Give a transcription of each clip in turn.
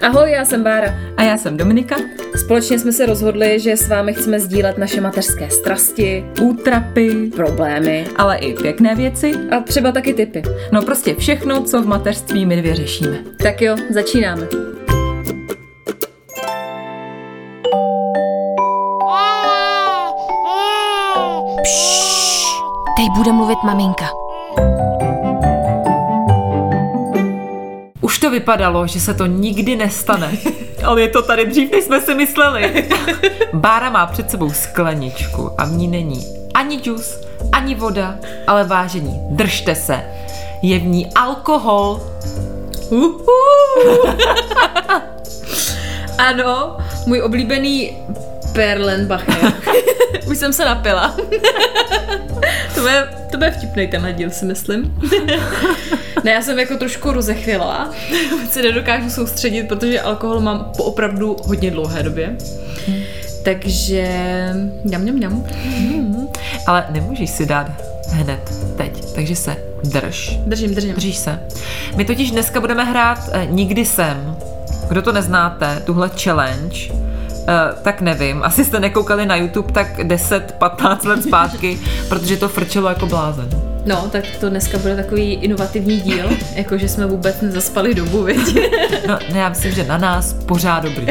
Ahoj, já jsem Bára. A já jsem Dominika. Společně jsme se rozhodli, že s vámi chceme sdílet naše mateřské strasti, útrapy, problémy, ale i pěkné věci. A třeba taky tipy. No prostě všechno, co v mateřství my dvě řešíme. Tak jo, začínáme. Teď bude mluvit maminka. Už to vypadalo, že se to nikdy nestane. Ale je to tady dřív, než jsme si mysleli. Bára má před sebou skleničku a v ní není ani džus, ani voda, ale vážení, držte se. Je v ní alkohol. Ano, můj oblíbený Perlenbacher. Už jsem se napila. To bude vtipnej tenhle díl, si myslím. Ne, já jsem jako trošku rozechvěla. Se nedokážu soustředit, protože alkohol mám po opravdu hodně dlouhé době. Takže ňam. Ale nemůžeš si dát hned teď, takže se drž. Držím. Držíš se. My totiž dneska budeme hrát Nikdy jsem. Kdo to neznáte, tuhle challenge, tak nevím, asi jste nekoukali na YouTube tak 10-15 let zpátky, protože to frčelo jako blázen. No, tak to dneska bude takový inovativní díl, jakože jsme vůbec nezaspali dobu, viď? No, já myslím, že na nás pořád dobrý.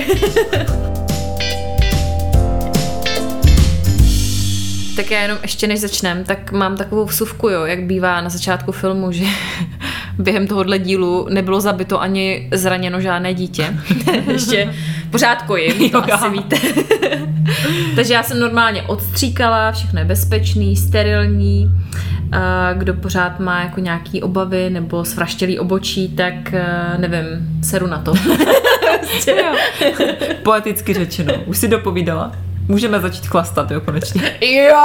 Tak já jenom ještě než začnem, tak mám takovou vsuvku, jo, jak bývá na začátku filmu, že během tohohle dílu nebylo zabito ani zraněno žádné dítě. Ještě pořád kojím, to asi víte. Takže já jsem normálně odstříkala, všechno je bezpečný, sterilní. Kdo pořád má jako nějaký obavy nebo svraštělý obočí, tak nevím, seru na to. Poeticky řečeno. Už si dopovídala? Můžeme začít chlastat, jo, konečně. Jo!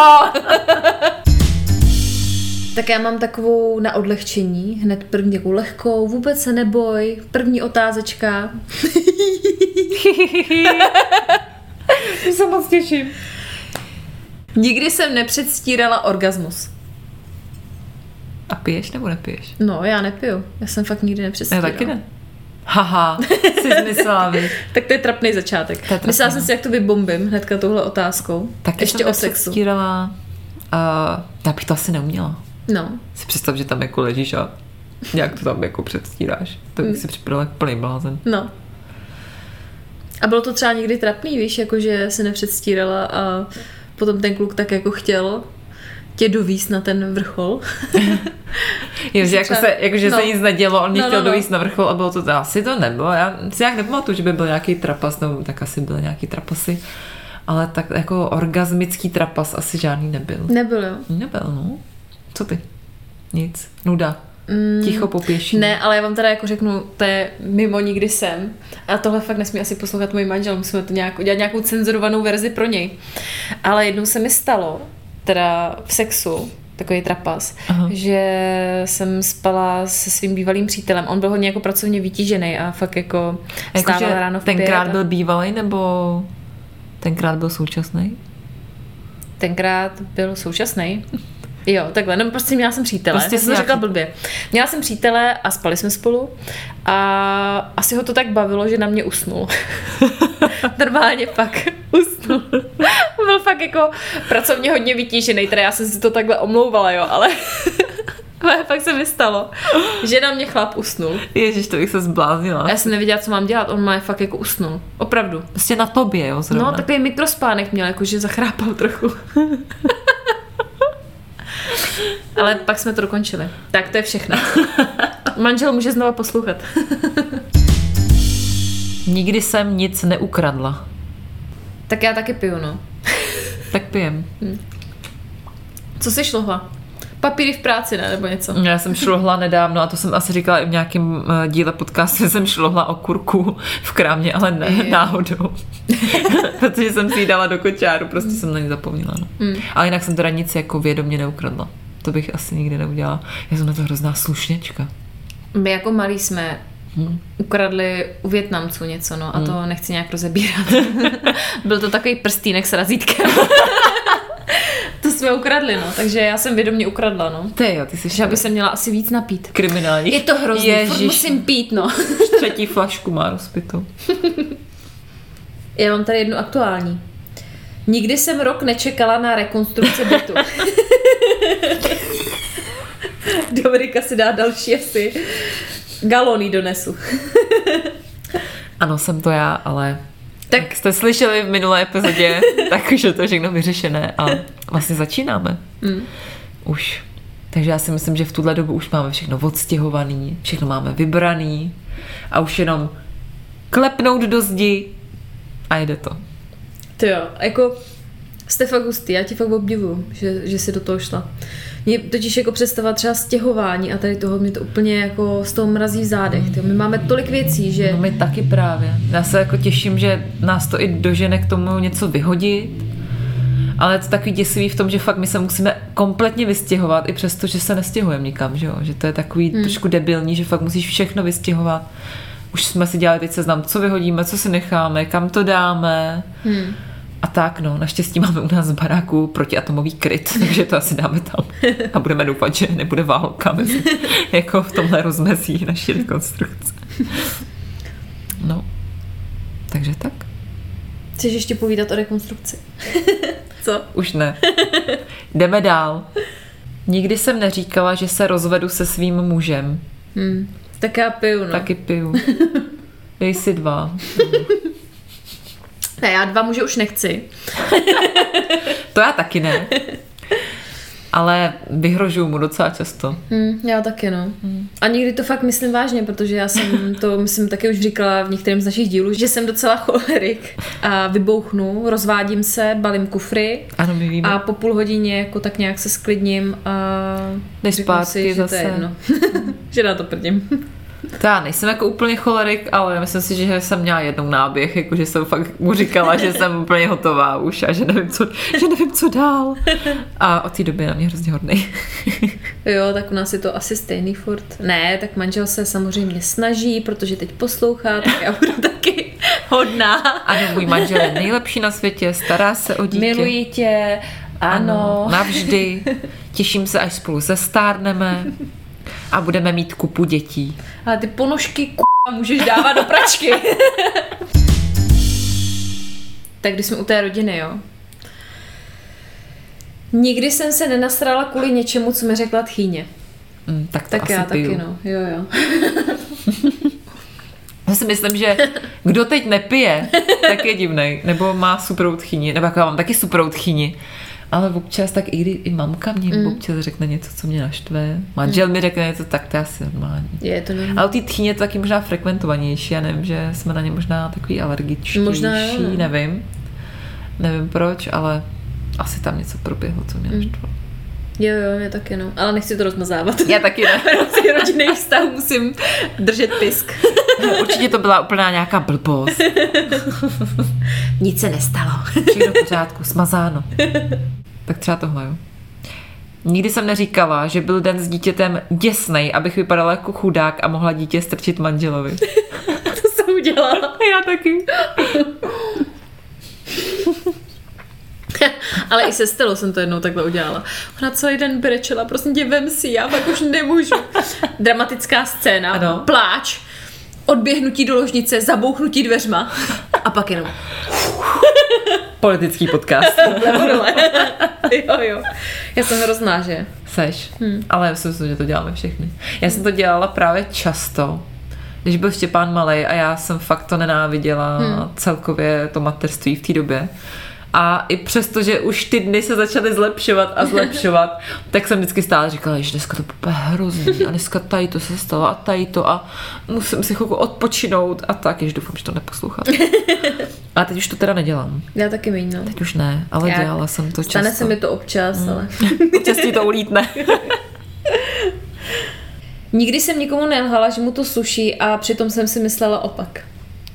Tak já mám takovou na odlehčení, hned první takovou lehkou, vůbec se neboj, první otázečka. Už se moc těším. Nikdy jsem nepředstírala orgasmus. A piješ nebo nepiješ? No, já nepiju. Já jsem fakt nikdy nepředstírala. Já taky ne. Haha, jsi zmyslela, víš. Tak to je trapný začátek. Myslela jsem si, jak to vybombím hnedka touhle otázkou. Tak ještě o sexu. Já bych to asi neuměla. No. Si představ, že tam jako ležíš a nějak to tam jako předstíráš. To bych si připadala jako plný blázen. No. A bylo to třeba někdy trapný, víš, jakože se nepředstírala a potom ten kluk tak jako chtěl tě dovíst na ten vrchol. Jo, že jakože se nic nedělo, on mě chtěl dovíst na vrchol a bylo to, asi to nebylo. Já si nějak nepamatuju, že by byl nějaký trapas, nebo tak asi byly nějaký trapasy, ale tak jako orgasmický trapas asi žádný nebyl. Nebyl, jo? Nebyl, no. Co ty? Nic. Nuda. Ticho popěšení. Ne, ale já vám teda jako řeknu, to je mimo Nikdy jsem. A tohle fakt nesmí asi poslouchat můj manžel, musíme to dělat nějakou cenzurovanou verzi pro něj. Ale jednou se mi stalo, teda v sexu, takový trapas, že jsem spala se svým bývalým přítelem. On byl hodně jako pracovně vytížený a fakt jako stával ráno v 5. Tenkrát byl bývalý nebo tenkrát byl současný? Tenkrát byl současný. Jo, takhle, no prostě měla jsem přítele, prostě jsem řekla blbě. Měla jsem přítele a spali jsme spolu a asi ho to tak bavilo, že na mě usnul. Normálně pak usnul. Byl fakt jako pracovně hodně vytížený, teda já jsem si to takhle omlouvala, jo, ale fakt se mi stalo, že na mě chlap usnul. Ježiš, to bych se zbláznila. Já jsem nevěděla, co mám dělat, on má fakt jako usnul. Opravdu. Prostě na tobě, jo, zrovna. No, takový mikrospánek měl, jakože zachrápal trochu. Ale pak jsme to dokončili. Tak to je všechno. Manžel může znova poslouchat. Nikdy jsem nic neukradla. Tak já taky piju, no. Tak pijem. Co jsi šlohla? Papíry v práci, ne? Nebo něco? Já jsem šlohla nedávno a to jsem asi říkala i v nějakém díle podcastu, jsem šlohla okurku v krámě, ale ne, náhodou. Protože jsem si ji dala do kočáru, prostě jsem na ní zapomněla. No. Ale jinak jsem teda nic jako vědomě neukradla. To bych asi nikdy neudělala. Já jsem na to hrozná slušněčka. My jako malí jsme ukradli u Vietnamců něco, no, a to nechci nějak rozebírat. Byl to takový prstýnek s razítkem. To To jsme ukradli, no, takže já jsem vědomě ukradla, no. Ty jo, ty jsi že by se měla asi víc napít. Kriminální. Je to hrozný, furt musím pít, no. 3. flašku má rozpitou. Já mám tady jednu aktuální. Nikdy jsem rok nečekala na rekonstrukci bytu. Dominika si dá další asi galony donesu. Ano, jsem to já, ale tak jste slyšeli v minulé epizodě, takže to je všechno vyřešené a vlastně začínáme. Už. Takže já si myslím, že v tuhle dobu už máme všechno odstěhovaný, všechno máme vybraný a už jenom klepnout do zdi a jde to. To jo, jako jste fakt hustý, já ti fakt obdivuju, že jsi do toho šla. Mě totiž jako představa třeba stěhování a tady toho mě to úplně jako z toho mrazí v zádech. My máme tolik věcí, že... No my taky právě. Já se jako těším, že nás to i dožene k tomu něco vyhodit, ale je to takový děsivý v tom, že fakt my se musíme kompletně vystěhovat i přesto, že se nestěhujeme nikam, že jo? Že to je takový trošku debilní, že fakt musíš všechno vystěhovat. Už jsme si dělali teď seznam, co vyhodíme, co si necháme, kam to dáme. A tak, no, naštěstí máme u nás v baráku protiatomový kryt, takže to asi dáme tam. A budeme doufat, že nebude válka mezi, jako v tomhle rozmezí naší rekonstrukce. No, takže tak. Chceš ještě povídat o rekonstrukci? Co? Už ne. Jdeme dál. Nikdy jsem neříkala, že se rozvedu se svým mužem. Tak já piju, no. Taky piju. Dej si 2. Ne, já 2 muže už nechci. To já taky ne. Ale vyhrožuju mu docela často. Já taky, no. A někdy to fakt myslím vážně, protože já jsem to, myslím, taky už říkala v některém z našich dílů, že jsem docela cholerik a vybouchnu, rozvádím se, balím kufry. Ano, my víme. A po půl hodině jako tak nějak se sklidním a jdeš zpátky si, že zase. to je jedno. Že na to prdím. To já nejsem jako úplně cholerik, ale myslím si, že jsem měla jednou náběh, jakože jsem fakt mu říkala, že jsem úplně hotová už a že nevím, co dál. A od té doby je na mě hrozně hodnej. Jo, tak u nás je to asi stejný furt. Ne, tak manžel se samozřejmě snaží, protože teď poslouchá, tak já budu taky hodná. Ano, můj manžel je nejlepší na světě, stará se o dítě. Miluji tě, ano. Navždy. Těším se, až spolu zestárneme a budeme mít kupu dětí. Ale ty ponožky můžeš dávat do pračky. Tak když jsme u té rodiny, jo. Nikdy jsem se nenasrala kvůli něčemu, co mi řekla tchýně. Tak já asi piju. taky, no. Jo. Já si myslím, že kdo teď nepije, tak je divnej. Nebo má superou tchýni. Nebo jako já mám taky superou tchýni. Ale občas tak i mamka mě občas řekne něco, co mě naštve. Manžel mi řekne něco, tak to je asi normální. Je to normální. Ale u té tchýně je to taky možná frekventovanější. Já nevím, že jsme na ně možná takový alergičtější. Možná jo, no. Nevím proč, ale asi tam něco proběhlo, co mě naštvalo. Jo, mě taky, no. Ale nechci to rozmazávat. Já taky ne. Z těch rodinných vztahů musím držet pisk. Určitě to byla úplná nějaká blbost. Nic se nestalo. Všechno v pořádku, smazáno. Tak třeba tohle, jo. Nikdy jsem neříkala, že byl den s dítětem děsnej, abych vypadala jako chudák a mohla dítě strčit manželovi. To jsem udělala. Já taky. Ale i se Stelou jsem to jednou takhle udělala. Ona celý den brečela, prosím tě, vem si, já pak už nemůžu. Dramatická scéna, ano. Pláč, odběhnutí do ložnice, zabouchnutí dveřma a pak jenom Politický podcast. Jo. Já jsem hrozná, že? Seš. Ale myslím si, že to děláme všechny. Já jsem to dělala právě často, když byl Štěpán malej a já jsem fakt to nenáviděla celkově to mateřství v té době. A i přesto, že už ty dny se začaly zlepšovat, tak jsem vždycky stále říkala, že dneska to bude hrozný a dneska tady to se stalo a tady to a musím si chvilku odpočinout a tak, jež doufám, že to neposloucháte. A teď už to teda nedělám. Já taky méně, no. Teď už ne, ale dělala jsem to často. Stane se mi to občas, ale... Občas ti to ulítne. Nikdy jsem nikomu nelhala, že mu to suší a přitom jsem si myslela opak.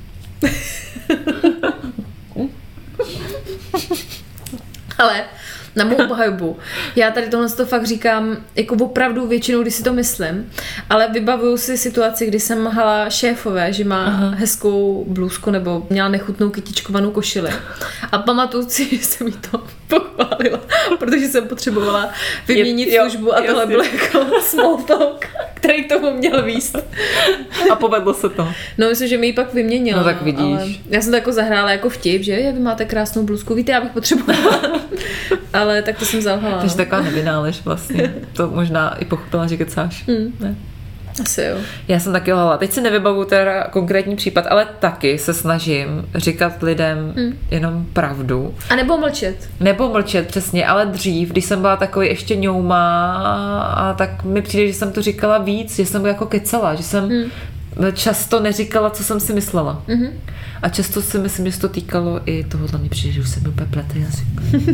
Ale na mou obhajobu. Já tady tohle to fakt říkám, jako opravdu většinou, když si to myslím, ale vybavuju si situaci, kdy jsem lhala šéfové, že má hezkou blůzku nebo měla nechutnou kytičkovanou košili. A pamatuju si, že jsem jí to pochválila, protože jsem potřebovala vyměnit službu a tohle byl jako small talk, který k tomu měl víst. A povedlo se to. No, myslím, že mi ji pak vyměnila. No tak vidíš. Ale já jsem to jako zahrála jako vtip, že vy máte krásnou blůzku, víte, já bych potřebovala. Ale tak to jsem zalhala. Takže taková nevynálež vlastně. To možná i pochopila, že kecáš. Ne? Asi jo. Já jsem taky lhala. Teď si nevybavuju teda konkrétní případ, ale taky se snažím říkat lidem jenom pravdu. A nebo mlčet. Nebo mlčet, přesně, ale dřív, když jsem byla takový ještě ňouma, a tak mi přijde, že jsem to říkala víc, že jsem jako kecala, že jsem často neříkala, co jsem si myslela. A často si myslím, že se to týkalo i tohohle, mi přijde, že už jsem mi úplně plete jazyk.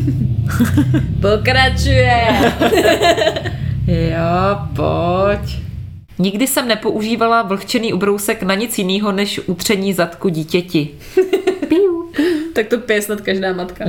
Pokračuje! Jo, pojď. Nikdy jsem nepoužívala vlhčený ubrousek na nic jiného, než utření zadku dítěti. Tak to pije snad každá matka.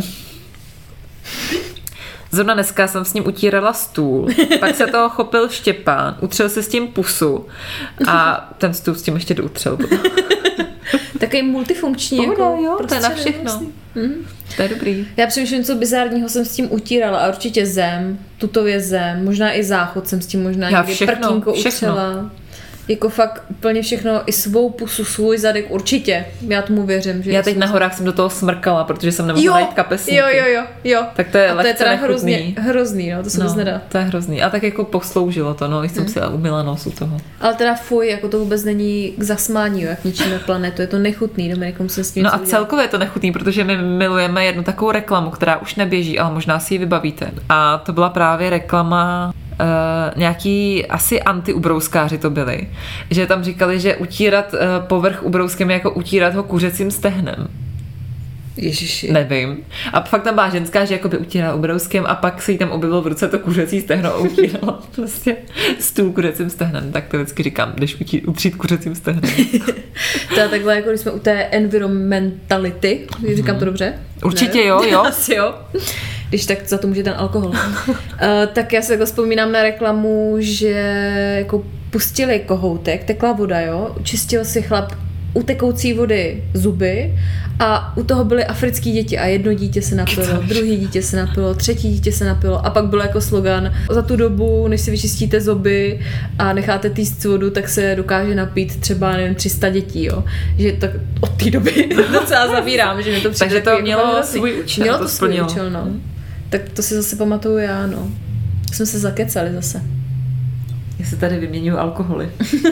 Zrovna dneska jsem s ním utírala stůl, pak se toho chopil Štěpán, utřel se s tím pusu a ten stůl s tím ještě doutřel. Takový multifunkční. Pohoda, jako jo, to je na všechno. To je dobrý. Já přemýšlím, něco bizárního jsem s tím utírala a určitě zem, tutově zem, možná i záchod jsem s tím možná někdy prkínko utřela. Jako fakt úplně všechno, i svou pusu, svůj zadek, určitě. Já tomu věřím. Že já teď na horách jsem do toho smrkala, protože jsem nemohla najít kapesníky. Jo. Tak to je a to je teda hrozný, no, to se vůbec nedá. To je hrozný. A tak jako posloužilo to, no, když jsem si umyla nos u toho. Ale teda fuj, jako to vůbec není k zasmání, jak ničíme planetu, je to nechutný, Dominikom se s tím no a celkově je to nechutný, protože my milujeme jednu takovou reklamu, která už neběží, ale možná si ji vybavíte. A to byla právě reklama nějaký asi antiubrouskáři to byli, že tam říkali, že utírat povrch ubrouskem je jako utírat ho kuřecím stehnem. Ježiši. Nevím. A fakt tam byla ženská, že jakoby utírala ubrouskem a pak se jí tam objevilo v ruce to kuřecí stehno a utírala prostě stůl kuřecím stehnem. Tak to vždycky říkám, jdeš utřít kuřecím stehnem. To je takhle, jako když jsme u té environmentality, říkám to dobře? Určitě ne? Jo. Asi jo. Když tak za to může ten alkohol. Tak já se takhle vzpomínám na reklamu, že jako pustili kohoutek, tekla voda, jo, čistil si chlap u tekoucí vody zuby a u toho byly africký děti a jedno dítě se napilo, druhý dítě se napilo, třetí dítě se napilo a pak byl jako slogan: za tu dobu, než si vyčistíte zuby a necháte týst vodu, tak se dokáže napít třeba, nevím, 300 dětí, jo. Že tak od té doby docela zavírám, že mi to přijde. Takže to mělo svůj účel. Mělo to svůj účel, no. Tak to si zase pamatuju já, no. Jsme se zakecali zase. Já se tady vyměňuju alkoholy.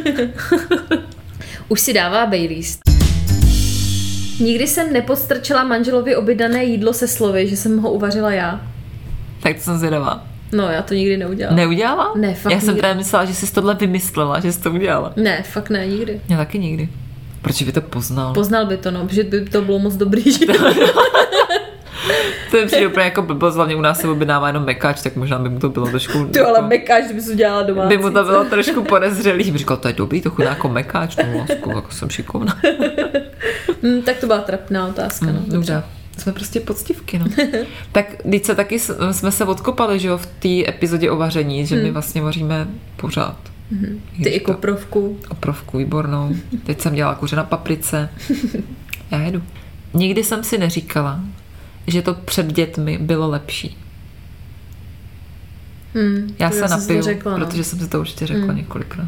Už si dává Baileys. Nikdy jsem nepodstrčila manželovi objednané jídlo se slovy, že jsem ho uvařila já. Tak to jsem zvědavá. No, já to nikdy neudělala. Neudělala? Ne, fakt já jsem teda myslela, že jsi tohle vymyslela, že jsi to udělala. Ne, fakt ne, nikdy. Já taky nikdy. Proč by to poznal? Poznal by to, no, protože by to bylo moc dobrý, že? To je přijde úplně jako blbost, hlavně u nás se objednává jenom mekáč, tak možná by mu to bylo trošku... Ty ale mekáč, kdyby se udělala domácí. By mu to bylo trošku podezřelý. Bych říkal, to je dobrý, to chudá jako mekáč, no lásku, jako jsem šikovná. Tak to byla trapná otázka, no. Dobře. Jsme prostě poctivky, no. Tak když se taky jsme se odkopali, že jo, v té epizodě o vaření, že my vlastně vaříme pořád. Ty i koprovku. Koprovku, výbornou. Teď jsem dělala kuře na paprice. Já jedu. Nikdy jsem si neříkala, že to před dětmi bylo lepší. Já se napiju, řekla, no. Protože jsem si to určitě řekla několikrát.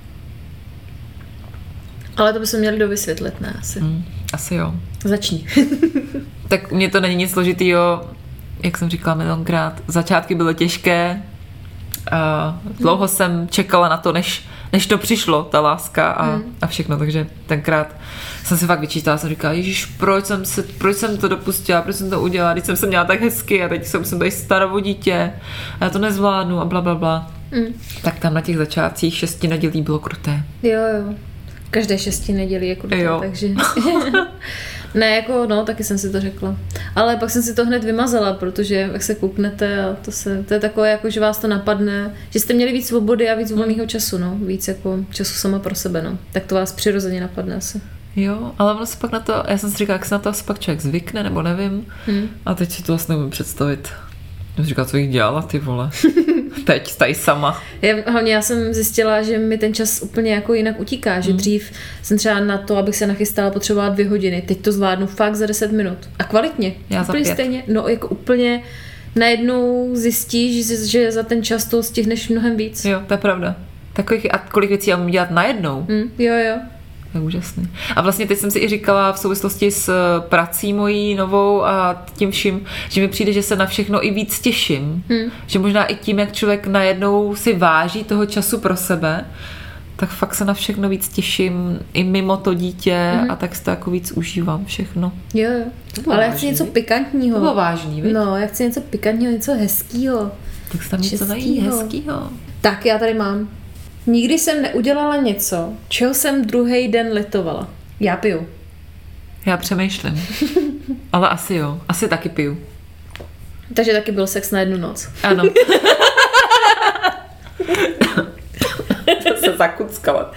Ale to bychom měli dovysvětlit, ne? Asi jo. Začni. Tak mně to není nic složitýho, jak jsem říkala milionkrát. Začátky byly těžké, dlouho jsem čekala na to, než to přišlo, ta láska a všechno, takže tenkrát jsem si fakt vyčítala, jsem říkala, ježiš, proč jsem to dopustila, proč jsem to udělala, když jsem se měla tak hezky a teď jsem tady starovo dítě a já to nezvládnu a blablabla. Tak tam na těch začátcích 6 nedělí bylo kruté. Jo. Každé 6 nedělí je kruté, takže... Ne, jako, no, taky jsem si to řekla. Ale pak jsem si to hned vymazala, protože jak se kouknete a to je takové, jako, že vás to napadne, že jste měli víc svobody a víc volného času, no, víc jako času sama pro sebe, no. Tak to vás přirozeně napadne asi. Jo, ale ono se pak na to, já jsem si říkala, jak se na to asi pak člověk zvykne, nebo nevím. A teď si to vlastně umím představit. Já říkala, co jich dělala, ty vole. Teď, tady sama. Já jsem zjistila, že mi ten čas úplně jako jinak utíká, že dřív jsem třeba na to, abych se nachystala, potřebovala 2 hodiny. Teď to zvládnu fakt za 10 minut. A kvalitně. Já úplně za 5. stejně. No jako úplně najednou zjistíš, že za ten čas to stihneš mnohem víc. Jo, to je pravda. Takových, a kolik věcí já mám dělat najednou. Jo. To je úžasný. A vlastně teď jsem si i říkala v souvislosti s prací mojí novou a tím vším, že mi přijde, že se na všechno i víc těším. Že možná i tím, jak člověk najednou si váží toho času pro sebe, tak fakt se na všechno víc těším i mimo to dítě a tak si to jako víc užívám všechno. Jo. Ale já chci něco pikantního. To bylo vážný, viď? No, já chci něco pikantního, něco hezkýho. Tak se tam něco najít hezkýho. Tak já tady mám. Nikdy jsem neudělala něco, čeho jsem druhý den litovala. Já piju. Já přemýšlím. Ale asi jo. Asi taky piju. Takže taky byl sex na 1 noc. Ano. To se zakuckala.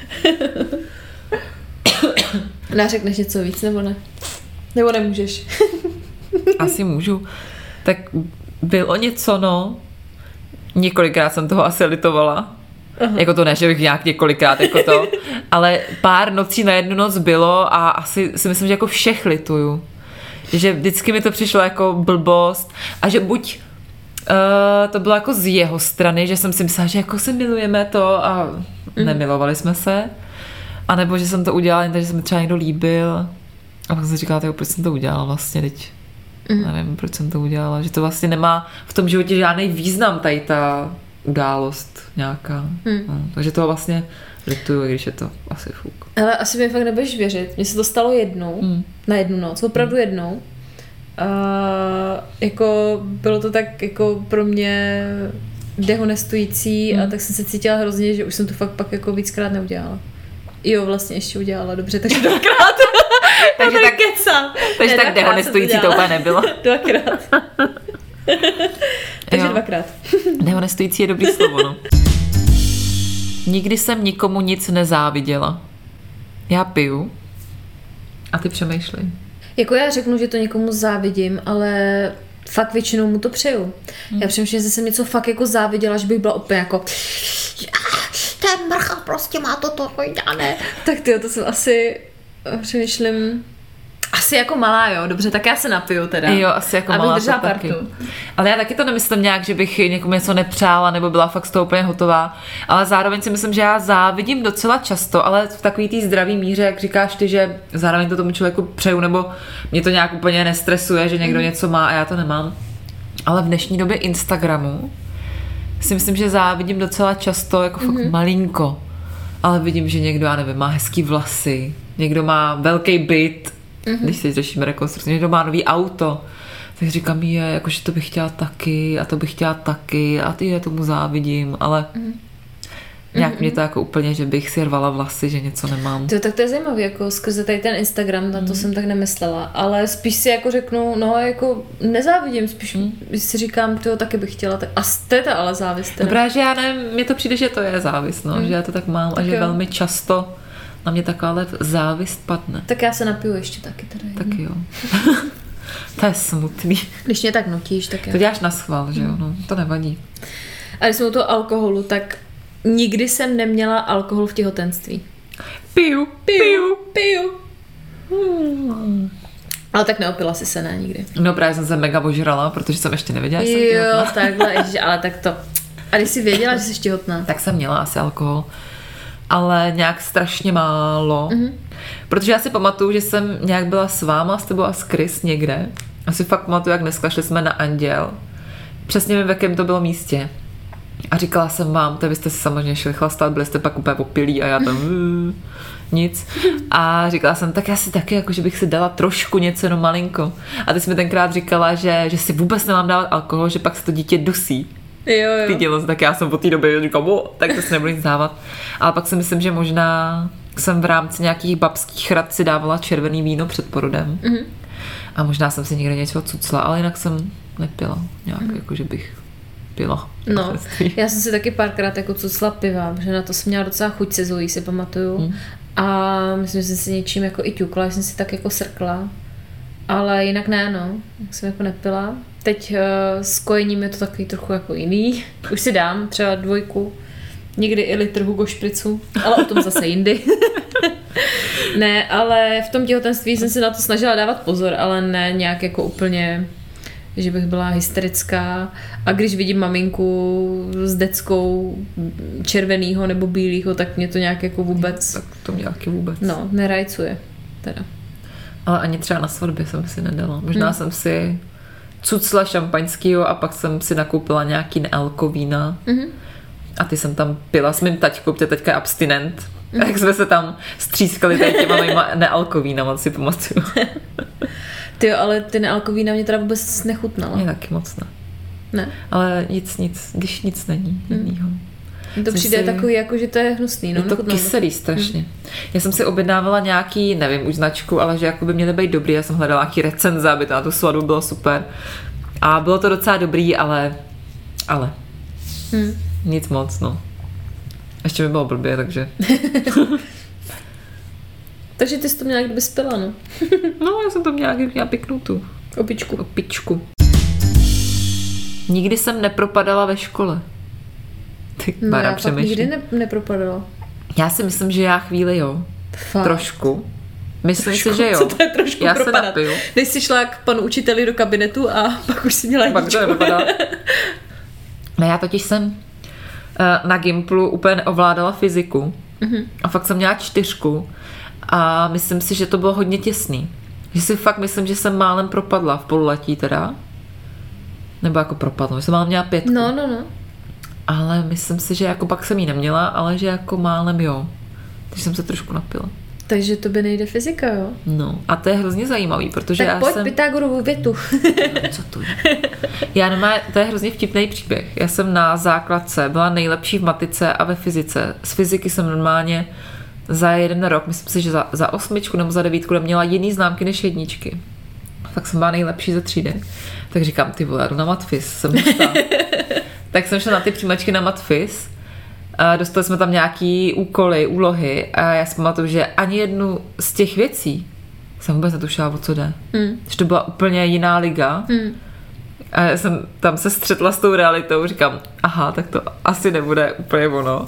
Řekneš něco víc, nebo ne? Nebo nemůžeš? Asi můžu. Tak bylo něco, no. Několikrát jsem toho asi litovala. Aha. Jako to ne, že bych nějak několikrát jako to, ale pár nocí na 1 noc bylo a asi si myslím, že jako všech lituju. Že vždycky mi to přišlo jako blbost a že buď to bylo jako z jeho strany, že jsem si myslela, že jako se milujeme to a nemilovali jsme se, anebo že jsem to udělala, takže se mi třeba někdo líbil a pak jsem si říkala, proč jsem to udělala vlastně, teď nevím, proč jsem to udělala, že to vlastně nemá v tom životě žádný význam tady ta událost nějaká. Takže toho vlastně lituju, když je to asi fuk. Ale asi mi fakt nebudeš věřit. Mně se to stalo jednou, na 1 noc, opravdu jednou. Jako bylo to tak jako pro mě dehonestující a tak jsem se cítila hrozně, že už jsem to fakt pak jako víckrát neudělala. Jo, vlastně ještě udělala, dobře, takže 2krát. takže tak kecám. Takže tak dehonestující to úplně nebylo. 2krát. Takže 2krát. Dehonestující je dobrý slovo, no. Nikdy jsem nikomu nic nezáviděla. Já piju a ty přemýšlej. Jako já řeknu, že to někomu závidím, ale fakt většinou mu to přeju. Já přemýšlím, že jsem něco fakt jako záviděla, že bych byla úplně jako ten mrcha prostě má toto, já ne. Tak tyjo, to jsem asi přemýšlím asi jako malá, jo, dobře, tak já se napiju teda. Jo, asi jako malá to taky. Ale já taky to nemyslím nějak, že bych někomu něco nepřála nebo byla fakt z toho úplně hotová, ale zároveň si myslím, že já závidím docela často, ale v takový té zdravý míře, jak říkáš ty, že zároveň to tomu člověku přeju, nebo mě to nějak úplně nestresuje, že někdo něco má a já to nemám. Ale v dnešní době Instagramu si myslím, že závidím docela často, jako fakt malinko, ale vidím, že někdo, já nevím, má hezký vlasy, někdo má velký byt, když se řešíme rekonstrukci, někdo má nový auto, tak říkám, jakože to bych chtěla taky a to bych chtěla taky a ty tomu závidím, ale nějak mě to jako úplně, že bych si rvala vlasy, že něco nemám. Tak to je zajímavé, jako skrze tady ten Instagram, na to jsem tak nemyslela, ale spíš si jako řeknu, no jako nezávidím, spíš si říkám, to taky bych chtěla, tak a to je ta ale závist. Dobrá, že já nevím, mně to přijde, že to je závist, no, že já to tak mám tak a že jo. Velmi často na mě taková závist padne. Tak já se napiju ještě taky teda. Tak jo. To je smutný. Když mě tak nutíš, tak jo. To děláš na schvál, že jo, no, to nevadí. A když jsme u toho alkoholu, tak nikdy jsem neměla alkohol v těhotenství. Piju. Ale tak neopila jsi se, ne, nikdy. No právě jsem se mega ožrala, protože jsem ještě nevěděla, že jsem těhotná. Jo, takhle, ale tak to. A když jsi věděla, že jsi těhotná? Tak jsem měla asi alkohol, ale nějak strašně málo. Protože já si pamatuju, že jsem nějak byla s váma, s tebou a s Chris někde. Asi fakt pamatuju, jak dneska šli jsme na Anděl. Přesně vím, v jakém to bylo místě. A říkala jsem vám, vy jste si samozřejmě šli chlastat, byli jste pak úplně opilí a já tam nic. A říkala jsem, tak já si taky, jako, že bych si dala trošku něco, jenom malinko. A ty jsi mi tenkrát říkala, že si vůbec nemám dávat alkohol, že pak se to dítě dusí. Jo. Ty dělo, tak já jsem po té době říkala, tak to si nebudu nic dávat. Ale pak si myslím, že možná jsem v rámci nějakých babských rad si dávala červený víno před porodem. A možná jsem si někde něco cucla, ale jinak jsem nepila nějak, jako že bych pila. No, já jsem si taky párkrát jako cucla piva, protože na to jsem měla docela chuť se Zoí, si pamatuju. A myslím, že jsem si něčím jako i ťukla, jsem si tak jako srkla. Ale jinak ne, no. Jak jsem jako nepila. Teď s kojením je to takový trochu jako jiný. Už si dám třeba 2, někdy i litr Hugo špricu, ale o tom zase jindy. Ne, ale v tom těhotenství jsem se na to snažila dávat pozor, ale ne nějak jako úplně, že bych byla hysterická. A když vidím maminku s deckou červenýho nebo bílýho, tak mě to nějak jako vůbec... Tak to nějaký vůbec. No, nerajcuje teda. Ale ani třeba na svatbě jsem si nedala. Možná jsem si cucla šampaňskýho a pak jsem si nakoupila nějaký nealko vína. A ty jsem tam pila s mým taťkou, protože taťka je abstinent. Tak jsme se tam střískali tady těma mýma nealko vínama, si pamatuju. Ty ale ty nealko vína mě teda vůbec nechutnala. Mě taky moc ne. Ne. Ale nic, když nic není jinýho. To přijde takový, jako, že to je hnusný. No, je to kyselý strašně. Já jsem si objednávala nějaký, nevím už značku, ale že jako by měly být dobrý. Já jsem hledala nějaký recenze, aby to na tu svatbu bylo super. A bylo to docela dobrý, ale nic moc, no. Ještě by bylo blbě, takže... Takže ty jsi to měla kdyby spila, no. No, já jsem to měla pěknou opičku. Nikdy jsem nepropadala ve škole. Ty já fakt nikdy nepropadala. Já si myslím, že já chvíli jo. Fakt. Trošku. Myslím si, že jo. Co to je trošku já propadat? Se napiju. Než jsi šla k panu učiteli do kabinetu a pak už si měla jedničku. Pak to nepropadala. No já totiž jsem na Gimplu úplně neovládala fyziku. A fakt jsem měla 4. A myslím si, že to bylo hodně těsný. Že si fakt myslím, že jsem málem propadla v pololetí teda. Nebo jako propadla, že jsem málem měla 5. No. Ale myslím si, že jako pak jsem jí neměla, ale že jako málem jo. Takže jsem se trošku napila. Takže to by nejde fyzika, jo? No a to je hrozně zajímavý, protože tak já pojď jsem... Pythagorovou větu. Co to je? To je hrozně vtipný příběh. Já jsem na základce byla nejlepší v matice a ve fyzice. Z fyziky jsem normálně za 1 rok, myslím si, že za 8 nebo za 9 neměla jiný známky než 1. Fakt jsem byla nejlepší ze třídy. Tak říkám, ty vole, já jdu na matfis, jsem hustá. Tak jsem šla na ty přijímačky na matfis. Dostali jsme tam nějaký úkoly, úlohy a já si pamatuju, že ani jednu z těch věcí jsem vůbec netušila, o co jde. Že to byla úplně jiná liga. A já jsem tam se střetla s tou realitou, říkám, aha, tak to asi nebude úplně ono.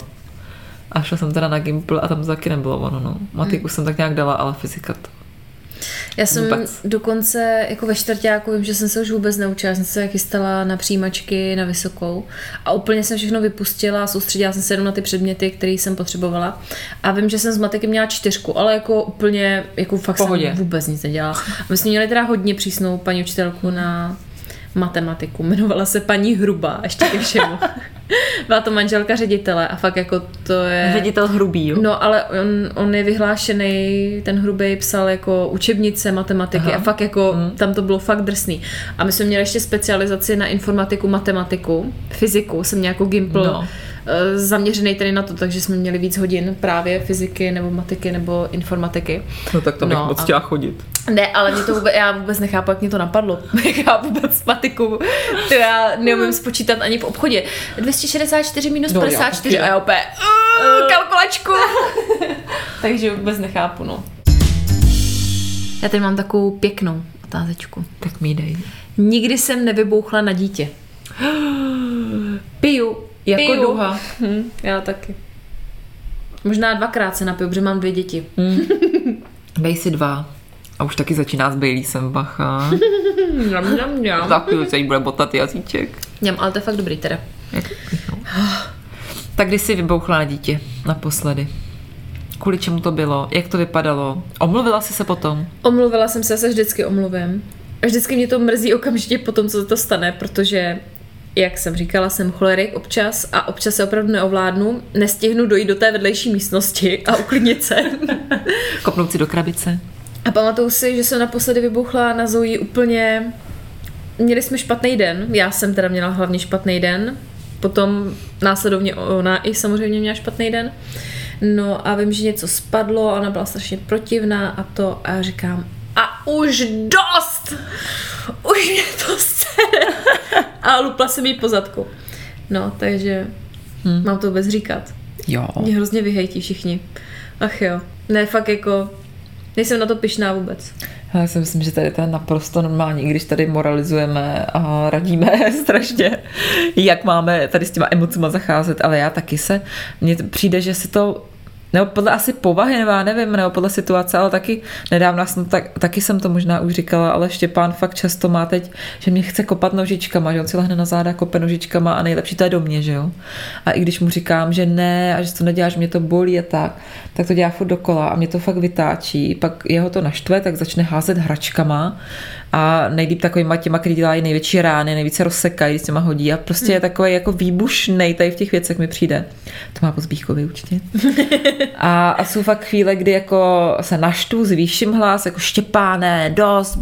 A šla jsem teda na Gimpl a tam to taky nebylo ono, no. Matiku jsem tak nějak dala, ale fyzika to... Já jsem dokonce jako ve čtvrťáku, vím, že jsem se už vůbec neučila, jsem se chystala na přijímačky na vysokou a úplně jsem všechno vypustila a soustředila jsem se jenom na ty předměty, které jsem potřebovala. A vím, že jsem z matiky měla 4, ale jako úplně, jako fakt jsem vůbec nic nedělala. A my jsme měli teda hodně přísnou paní učitelku na matematiku, jmenovala se paní Hrubá, ještě ke všemu. Byla to manželka ředitele a fakt jako to je... Ředitel Hrubý, jo? No, ale on je vyhlášený, ten Hrubý psal jako učebnice matematiky a fakt jako tam to bylo fakt drsný. A my jsme měli ještě specializaci na informatiku, matematiku, fyziku, jsem nějakou Gimpl zaměřený tady na to, takže jsme měli víc hodin právě fyziky nebo matiky nebo informatiky. No tak to bych moc chtěla chodit. Ne, ale mě to já vůbec nechápu, jak mě to napadlo. Já vůbec matiku, to já neumím spočítat ani v obchodě. 264 minus 54 a já opět kalkulačku. Takže vůbec nechápu, no. Já tady mám takovou pěknou otázečku. Tak mi dej. Nikdy jsem nevybouchla na dítě. Piju. Jako duha. Já taky. Možná 2krát se napiju, protože mám 2 děti. Dej si 2. A už taky začíná s Baileysem, bacha. Za chvíli se jí bude botat jazyček. Ale to je fakt dobrý teda. Tak kdy jsi vybouchla na dítě naposledy? Kvůli čemu to bylo? Jak to vypadalo? Omluvila jsi se potom? Omluvila jsem se vždycky omluvím. A vždycky mě to mrzí okamžitě potom, co to stane, protože jak jsem říkala, jsem cholerik občas a občas se opravdu neovládnu, nestihnu dojít do té vedlejší místnosti a uklidnit se. Kopnout si do krabice. A pamatuju si, že jsem naposledy vybouchla na Zoe úplně... Měli jsme špatný den, já jsem teda měla hlavně špatný den, potom následovně ona i samozřejmě měla špatný den. No a vím, že něco spadlo a ona byla strašně protivná a to a já říkám, a už dost! Už mě to sere! A lupla jsem jí po zadku. No, takže mám to vůbec říkat. Jo. Mě hrozně vyhejtí všichni. Ach jo. Ne, fakt jako Nejsem na to pyšná vůbec. Já si myslím, že tady to je naprosto normální, i když tady moralizujeme a radíme strašně, jak máme tady s těma emocima zacházet, ale já taky mně přijde, že si to, nebo podle asi povahy, nebo já nevím, nebo podle situace, ale taky nedávno taky jsem to možná už říkala, ale Štěpán fakt často má teď, že mě chce kopat nožičkama, že on si lehne na záda, kope nožičkama a nejlepší to je do mě, že jo. A i když mu říkám, že ne a že to neděláš, mě to bolí a tak to dělá furt dokola a mě to fakt vytáčí. Pak jeho to naštve, tak začne házet hračkama a nejlíp takovýma těma, který dělají největší rány, nejvíce rozsekají, s těma hodí a prostě je takový jako výbušnej tady v těch věcech mi přijde. To má po Zbíchkovi určitě. A jsou fakt chvíle, kdy jako se naštvu, zvýším hlas, jako Štěpáne, dost,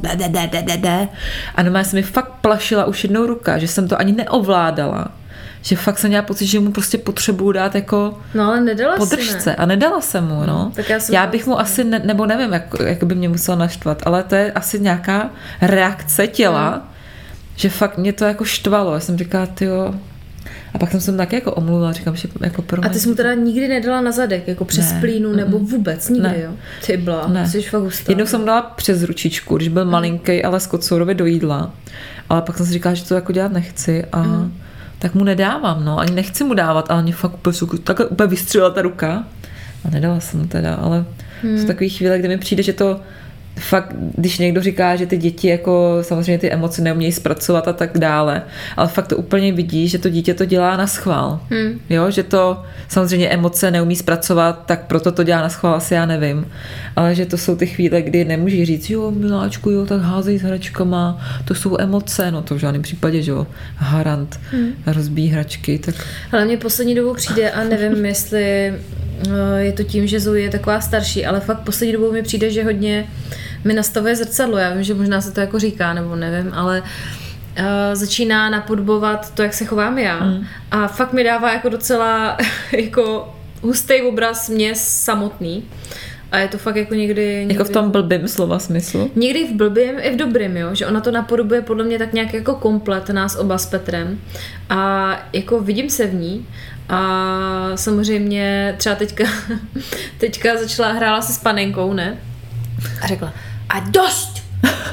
a normálně se mi fakt plašila už jednou ruka, že jsem to ani neovládala. Že fakt jsem měla pocit, že mu prostě potřebuju dát jako ale nedala podržce. Si, ne? A nedala jsem mu, no. Tak já bych mu asi, nebo nevím, jak by mě musela naštvat, ale to je asi nějaká reakce těla, že fakt mě to jako štvalo. Já jsem říkala, tyjo. A pak jsem se taky jako omluvila, říkám, že jako pro mě. A ty jsi mu teda nikdy nedala na zadek, jako přes plínu, nebo vůbec nikdy, ne. Jo? Ty byla, jsi fakt hustá. Jednou jsem dala přes ručičku, když byl malinký, ale z kocourovi do jídla. Ale pak jsem si říkala, že to jako dělat nechci a tak mu nedávám, no. Ani nechci mu dávat, ale mě fakt úplně vystřelila ta ruka. A nedala jsem mu teda, ale jsou takový chvíle, kdy mi přijde, že to fakt, když někdo říká, že ty děti jako samozřejmě ty emoce neumějí zpracovat a tak dále, ale fakt to úplně vidí, že to dítě to dělá na schvál. Jo, že to samozřejmě emoce neumí zpracovat, tak proto to dělá na schvál, asi já nevím. Ale že to jsou ty chvíle, kdy nemůžeš říct, jo, miláčku, jo, tak házej s hračkama, to jsou emoce, no to v žádném případě, že jo, harant, rozbíjí hračky, tak. Ale mě poslední dobou přijde a nevím, jestli je to tím, že Zoe je taková starší, ale fakt poslední dobou mi přijde, že hodně mi nastavuje zrcadlo. Já vím, že možná se to jako říká, nebo nevím, ale začíná napodobovat to, jak se chovám já. A fakt mi dává jako docela jako hustý obraz mě samotný. A je to fakt jako někdy... Jako v tom blbým slova smyslu? Někdy v blbým i v dobrým, jo? Že ona to napodobuje podle mě tak nějak jako komplet nás oba s Petrem. A jako vidím se v ní. A samozřejmě třeba teďka hrála si s panenkou, ne? A řekla, a dost!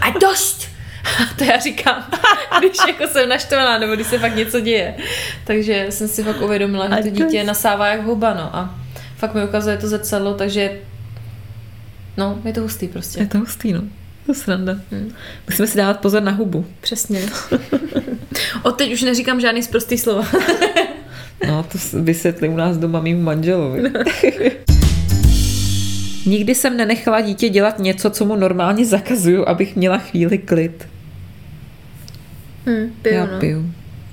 A to já říkám, když jako jsem naštvaná, nebo když se fakt něco děje. Takže jsem si fakt uvědomila, že to dítě nasává jak huba, no. A fakt mi ukazuje to zrcadlo, takže no, je to hustý prostě. Je to hustý, no. To sranda. Musíme si dávat pozor na hubu. Přesně. Odteď už neříkám žádný sprostý slova. No, to vysvětlím u nás doma mýmu manželovi. Nikdy jsem nenechala dítě dělat něco, co mu normálně zakazuju, abych měla chvíli klid. Piju.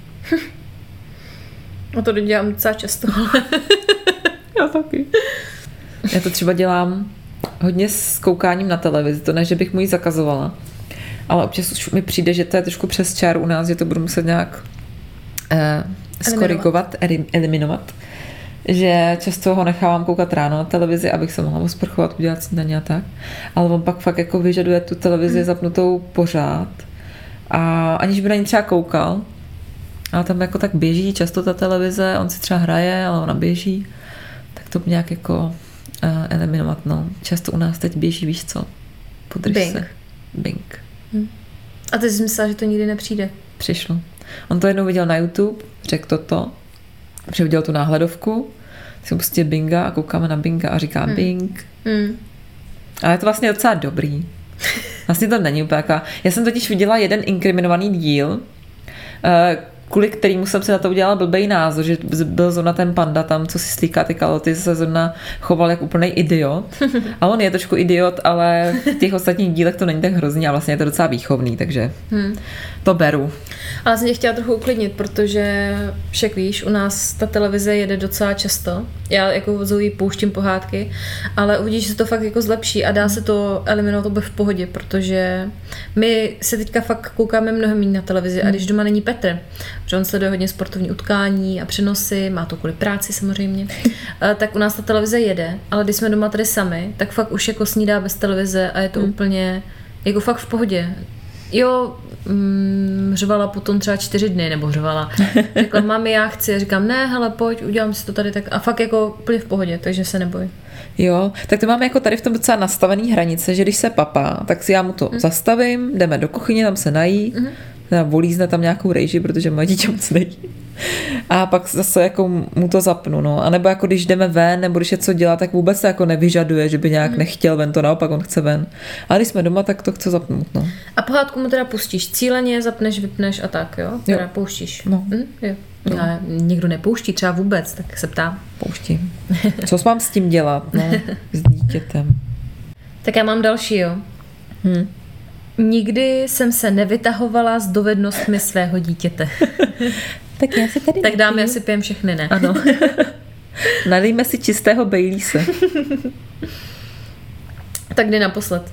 A to dělám docela často. Já taky. Já to třeba dělám hodně s koukáním na televizi, to ne, že bych mu ji zakazovala. Ale občas už mi přijde, že to je trošku přes čáru u nás, že to budu muset nějak skorigovat, eliminovat. Že často ho nechávám koukat ráno na televizi, abych se mohla osprchovat, udělat snídaně a tak. Ale on pak fakt jako vyžaduje tu televizi zapnutou pořád. A aniž by na ní třeba koukal. Ale tam jako tak běží často ta televize, on si třeba hraje, ale ona běží. Tak to nějak jako eliminovat, no. Často u nás teď běží, víš co? Podrž se. Bing. A ty jsi myslela, že to nikdy nepřijde? Přišlo. On to jednou viděl na YouTube, řekl toto, viděl tu náhledovku, si pustil Binga a koukáme na Binga a říká Bing. Ale je to vlastně docela dobrý. Vlastně to není úplně jaká. Já jsem totiž viděla jeden inkriminovaný díl, kvůli kterému jsem si na to udělala blbej názor, že byl zrovna ten panda tam, co si slíká ty kaloty, se zrovna choval jako úplnej idiot. A on je trošku idiot, ale v těch ostatních dílech to není tak hrozný a vlastně je to docela výchovný, takže to beru. Ale jsem tě chtěla trochu uklidnit, protože však víš, u nás ta televize jede docela často. Já jako Zoe pouštím pohádky, ale uvidíš, že se to fakt jako zlepší a dá se to eliminovat v pohodě, protože my se teďka fakt koukáme mnohem méně na televizi a když doma není Petr, protože on sleduje hodně sportovní utkání a přenosy, má to kvůli práci samozřejmě, tak u nás ta televize jede, ale když jsme doma tady sami, tak fakt už jako snídá bez televize a je to úplně jako fakt v pohodě. Jo, řvala potom třeba 4 dny, nebo řvala. Řekla, mami, já chci. A říkám, ne, hele, pojď, udělám si to tady tak. A fakt jako úplně v pohodě, takže se neboj. Jo, tak to máme jako tady v tom docela nastavený hranice, že když se papá, tak si já mu to zastavím, jdeme do kuchyně, tam se nají, volízne tam nějakou rejži, protože moje dítě moc nejí. A pak zase jako mu to zapnu, no. A nebo jako když jdeme ven, nebo když je co dělat, tak vůbec se jako nevyžaduje, že by nějak nechtěl ven, to naopak on chce ven. A když jsme doma, tak to chce zapnout, no. A pohádku mu teda pustíš cíleně, zapneš, vypneš a tak, jo? Teda pouštíš. No. Jo. No. Někdo nepouští třeba vůbec, tak se ptám. Pouštím. Co mám s tím dělat, no, s dítětem? Tak já mám další, jo. Nikdy jsem se nevytahovala s dovednostmi svého dítěte. Tak já se tady tak dáme, asi pijem všechny, ne? Ano. Nalijme si čistého Baileys. Tak kdy naposled?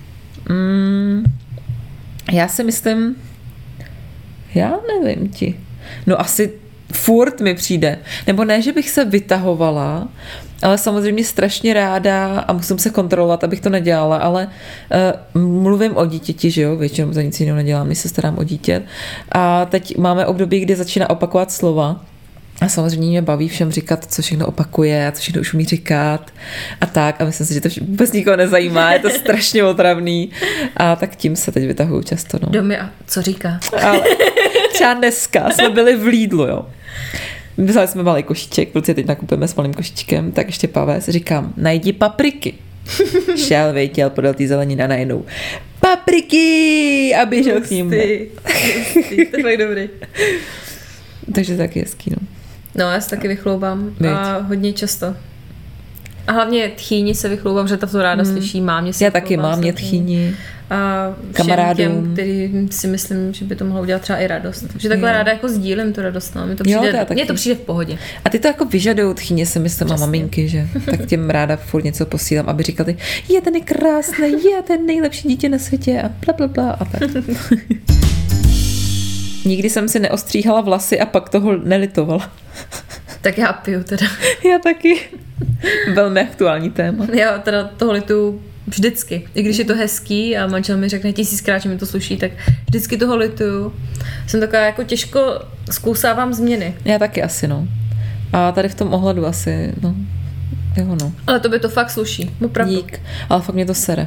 Já si myslím, já nevím ti. No asi furt mi přijde. Nebo ne, že bych se vytahovala, ale samozřejmě strašně ráda a musím se kontrolovat, abych to nedělala, ale mluvím o dítěti, že jo, většinou za nic jiného nedělám, než se starám o dítě. A teď máme období, kdy začíná opakovat slova. A samozřejmě mě baví všem říkat, co všechno opakuje a co všechno už umí říkat a tak. A myslím si, že to vůbec nikoho nezajímá, je to strašně otravný. A tak tím se teď vytahuju často. No. Domy a co říká? Ale třeba dneska jsme byli v Lidlu, jo. Vzali jsme malý košíček, protože teď nakupujeme s malým košíčkem, tak ještě Paves, říkám, najdi papriky. Šel, větěl, podal tý zelenina najednou. Papriky! A běžel k ním. To je dobrý. Takže taky hezký, no. No, já se taky vychloubám a hodně často. A hlavně tchýni se vychloubám, že to ráda slyší, mámě se já taky mám mě tchýni. A kamarádům, těm, který si myslím, že by to mohlo udělat třeba i radost. Že takhle ráda jako sdílím tu radost, no. Mně to přijde v pohodě. A ty to jako vyžadujou tchýně, si myslím, a maminky, že tak těm ráda furt něco posílám, aby říkali, je ten je krásný, je ten nejlepší dítě na světě a blablabla a tak. Nikdy jsem si neostříhala vlasy a pak toho nelitovala. Tak já piju teda. Já taky. Velmi aktuální téma. Já teda toho lituju vždycky. I když je to hezký a manžel mi řekne 1000krát, že mi to sluší, tak vždycky toho lituju. Jsem taková jako těžko zkousávám změny. Já taky asi, no. A tady v tom ohledu asi, no. Jo, no. Ale to by to fakt sluší. Opravdu. Dík. Ale fakt mě to sere.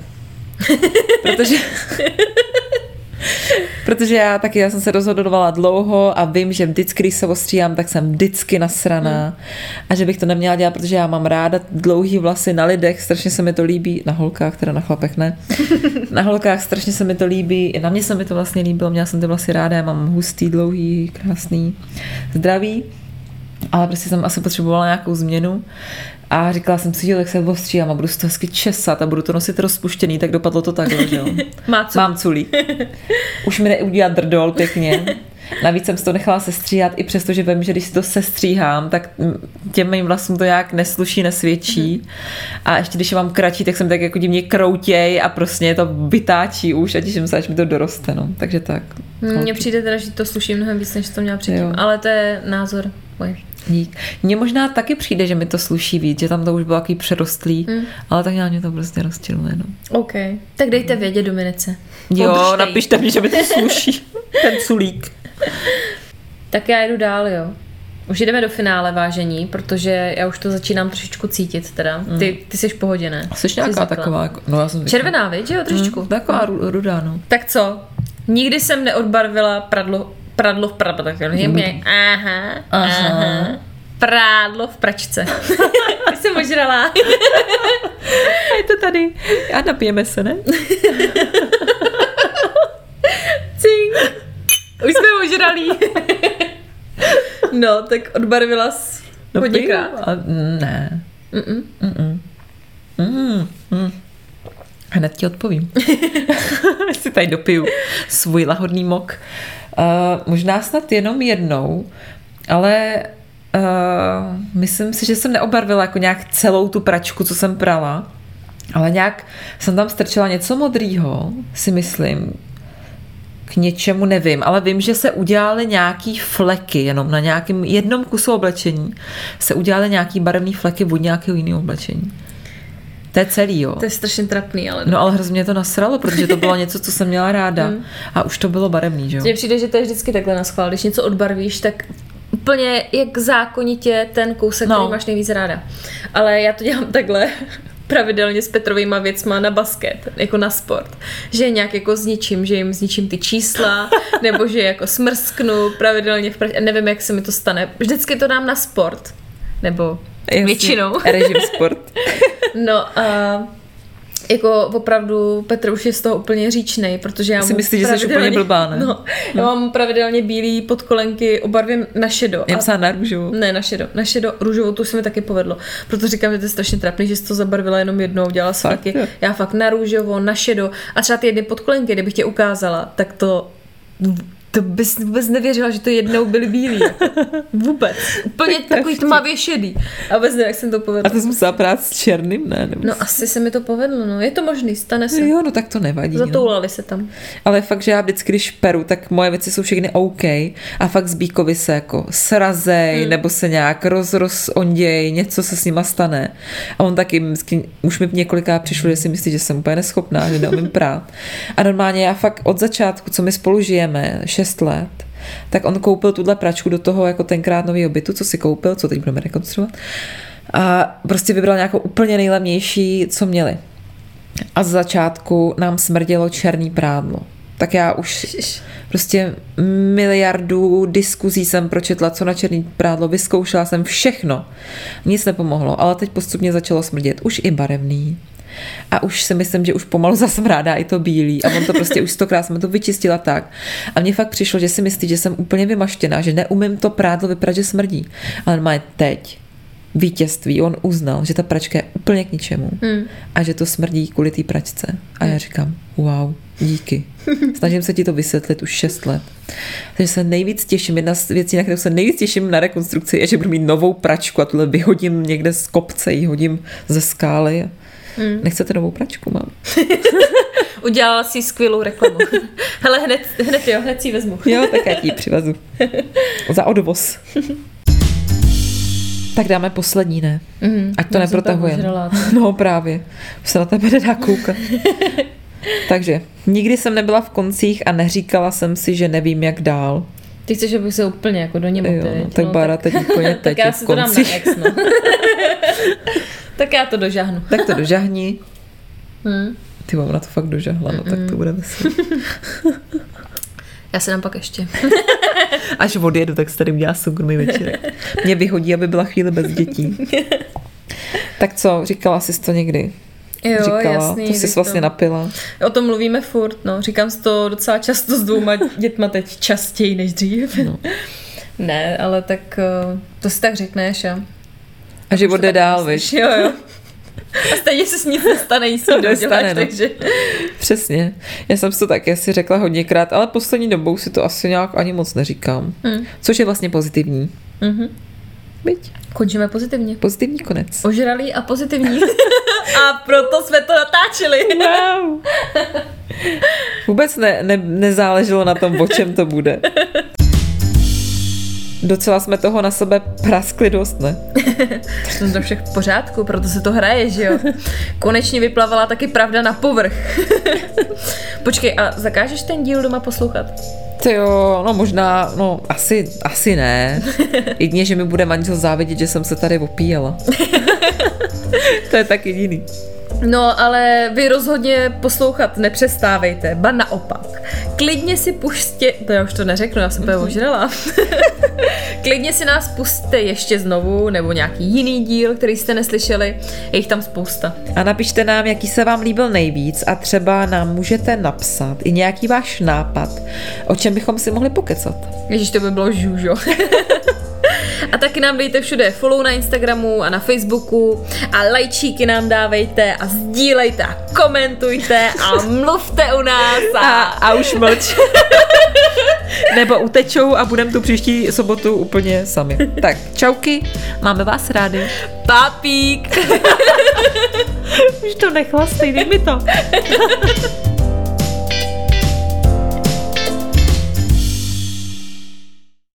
Protože já jsem se rozhodovala dlouho a vím, že vždycky, když se ostříhám, tak jsem vždycky nasraná a že bych to neměla dělat, protože já mám ráda dlouhý vlasy na lidech, strašně se mi to líbí, na holkách, teda na chlapech ne, na holkách strašně se mi to líbí, i na mě se mi to vlastně líbilo, měla jsem ty vlasy ráda, já mám hustý, dlouhý, krásný, zdravý, ale prostě jsem asi potřebovala nějakou změnu. A říkala jsem si, že tak se ostříhám a budu si to hezky česat a budu to nosit rozpuštěný, tak dopadlo to takhle, že jo. Mám culík. Už mi neudělat drdol pěkně. Navíc jsem si to nechala sestříhat, i přesto, že vím, že když si to sestříhám, tak těm mým vlasům to nějak nesluší, nesvědčí. A ještě když je mám kratší, tak jsem tak jako divně kroutěj a prostě to vytáčí už a těším se, až mi to doroste, no. Takže tak. Mně přijde teda, že to sluší mnohem víc, než to měla předtím. Jo. Ale to je názor můj. Dík. Mně možná taky přijde, že mi to sluší víc, že tam to už bylo takový přerostlý, ale tak nějak mě to prostě rozčiluje, no. OK. Tak dejte vědět, Dominice. Jo, napište mi, že mi to sluší. Ten culík. Tak já jdu dál, jo. Už jdeme do finále, vážení, protože já už to začínám trošičku cítit teda. Ty jsi v pohodě, ne? Jsi nějaká taková, jako, no já jsem červená, víš, jo, trošičku. Taková rudá, no. Tak co? Nikdy jsem neodbarvila prádlo v prádlo v pračce. Jsem ožrala. Je to tady. A napijeme se, ne? Cink. Už jsme ožralí. No, tak odbarvila jsi hodněkrát. Ne. Hned ti odpovím. Si tady dopiju svůj lahodný mok. Možná snad jenom jednou, ale myslím si, že jsem neobarvila jako nějak celou tu pračku, co jsem prala, ale nějak jsem tam strčila něco modrýho, si myslím, k něčemu nevím, ale vím, že se udělaly nějaký fleky, jenom na nějakém jednom kusu oblečení se udělaly nějaký barevný fleky od nějakého jiného oblečení. To je celý, jo. To je strašně trapný, ale... No ale hrozně mě to nasralo, protože to bylo něco, co jsem měla ráda. A už to bylo barevný, že jo. Mně přijde, že to je vždycky takhle na schvál. Když něco odbarvíš, tak úplně jak zákonitě ten kousek, který máš nejvíc ráda. Ale já to dělám takhle pravidelně s Petrovýma věcma na basket, jako na sport. Že nějak jako zničím, že jim zničím ty čísla, nebo že jako smrsknu pravidelně nevím, jak se mi to stane. Vždycky to dám na sport. Nebo většinou. Režim sport. No a jako opravdu Petr už je z toho úplně říčnej, protože já si myslíš, že jsi úplně blbá, ne? No, já mám pravidelně bílý podkolenky, obarvím na šedo. Já psala na růžovou. Ne, na šedo, růžovou, to se mi taky povedlo. Proto říkám, že to je strašně trapný, že jsi to zabarvila jenom jednou, dělala jsem taky. Já fakt na růžovo, na šedo a třeba ty jedny podkolenky, kdybych tě ukázala, tak to bys vůbec nevěřila, že to jednou byly bílí. Vůbec. Úplně takový tmavě šedý. A vůbec nevím, jak jsem to povedla. A to jsem musela prát s černým, ne? No asi se mi to povedlo, no. Je to možný, stane se. Jo, no tak to nevadí. Zatoulali se tam. Ale fakt, že já vždycky, když peru, tak moje věci jsou všechny OK. A fakt zbíkovi se jako srazej, nebo se nějak rozonděj, něco se s nima stane. A on taky už mi několikrát přišlo, že si myslí, že jsem úplně neschopná, že neumím prát. A normálně já fakt od začátku, co my spolu žijeme, 6 let, tak on koupil tuhle pračku do toho jako tenkrát novýho bytu, co si koupil, co teď budeme rekonstruovat. A prostě vybral nějakou úplně nejlevnější, co měli. A z začátku nám smrdělo černý prádlo. Tak já už prostě miliardu diskuzí jsem pročetla, co na černý prádlo, vyzkoušela jsem všechno. Nic nepomohlo, ale teď postupně začalo smrdět už i barevný. A už si myslím, že už pomalu zasmrádá i to bílý a on to prostě už 100krát jsme to vyčistila tak. A mně fakt přišlo, že si myslí, že jsem úplně vymaštěná, že neumím to prádlo vyprat, že smrdí. Ale má teď vítězství, on uznal, že ta pračka je úplně k ničemu a že to smrdí kvůli té pračce. A já říkám, wow, díky. Snažím se ti to vysvětlit už 6 let. Takže se nejvíc těším, jedna z věcí, na kterou se nejvíc těším na rekonstrukci, je, že budu mít novou pračku a tuhle vyhodím někde z kopce, ji hodím ze skály. Nechcete novou pračku, mám? Udělala si skvělou reklamu. Hele, hned si ji vezmu. Jo, tak já ti ji přivezu. Za odvoz. Tak dáme poslední, ne? Ať to neprotahujeme. No právě. Už se na tebe nedá koukat. Takže, nikdy jsem nebyla v koncích a neříkala jsem si, že nevím, jak dál. Ty chceš, abych se úplně jako do němu teď. Tak Bára teď úplně teď. Tak já si to dám na ex, no. Tak já to dožahnu. Tak to dožahni. Ty ona to fakt dožahla, no tak to bude veselé. Já se dám pak ještě. Až odjedu, tak se tady udělá soukromý večerek. Mě vyhodí, aby byla chvíli bez dětí. Tak co, říkala jsi to někdy? Jo, říkala, jasný. To jsi vlastně napila. O tom mluvíme furt, no. Říkám si to docela často s 2 dětma teď častěji než dřív. No. Ne, ale tak to si tak řekneš a život jde dál, víš. Jo. A stejně se s nic nestane, jí si doděláš, takže... Přesně. Já jsem si to taky asi řekla hodněkrát, ale poslední dobou si to asi nějak ani moc neříkám. Což je vlastně pozitivní. Byť. Končíme pozitivně. Pozitivní konec. Ožralý a pozitivní. A proto jsme to natáčeli. Wow. Vůbec nezáleželo na tom, o čem to bude. Docela jsme toho na sebe praskli dost, ne? To je všech v pořádku, proto se to hraje, že jo? Konečně vyplavala taky pravda na povrch. Počkej, a zakážeš ten díl doma poslouchat? To jo, no možná, no asi ne. Jedině, že mi bude manžel závidět, že jsem se tady opíjela. To je tak jediný. No, ale vy rozhodně poslouchat nepřestávejte, ba naopak. Klidně si pusťte, to já už to neřeknu, já jsem to ožrala. Klidně si nás pusťte ještě znovu, nebo nějaký jiný díl, který jste neslyšeli, je jich tam spousta. A napište nám, jaký se vám líbil nejvíc a třeba nám můžete napsat i nějaký váš nápad, o čem bychom si mohli pokecat. Ježiš, to by bylo žůžo. A taky nám dejte všude follow na Instagramu a na Facebooku a lajčíky nám dávejte a sdílejte a komentujte a mluvte u nás a už mlč. Nebo utečou a budeme tu příští sobotu úplně sami. Tak, čauky, máme vás rádi. Papík. Už to nechlastej, dej mi to.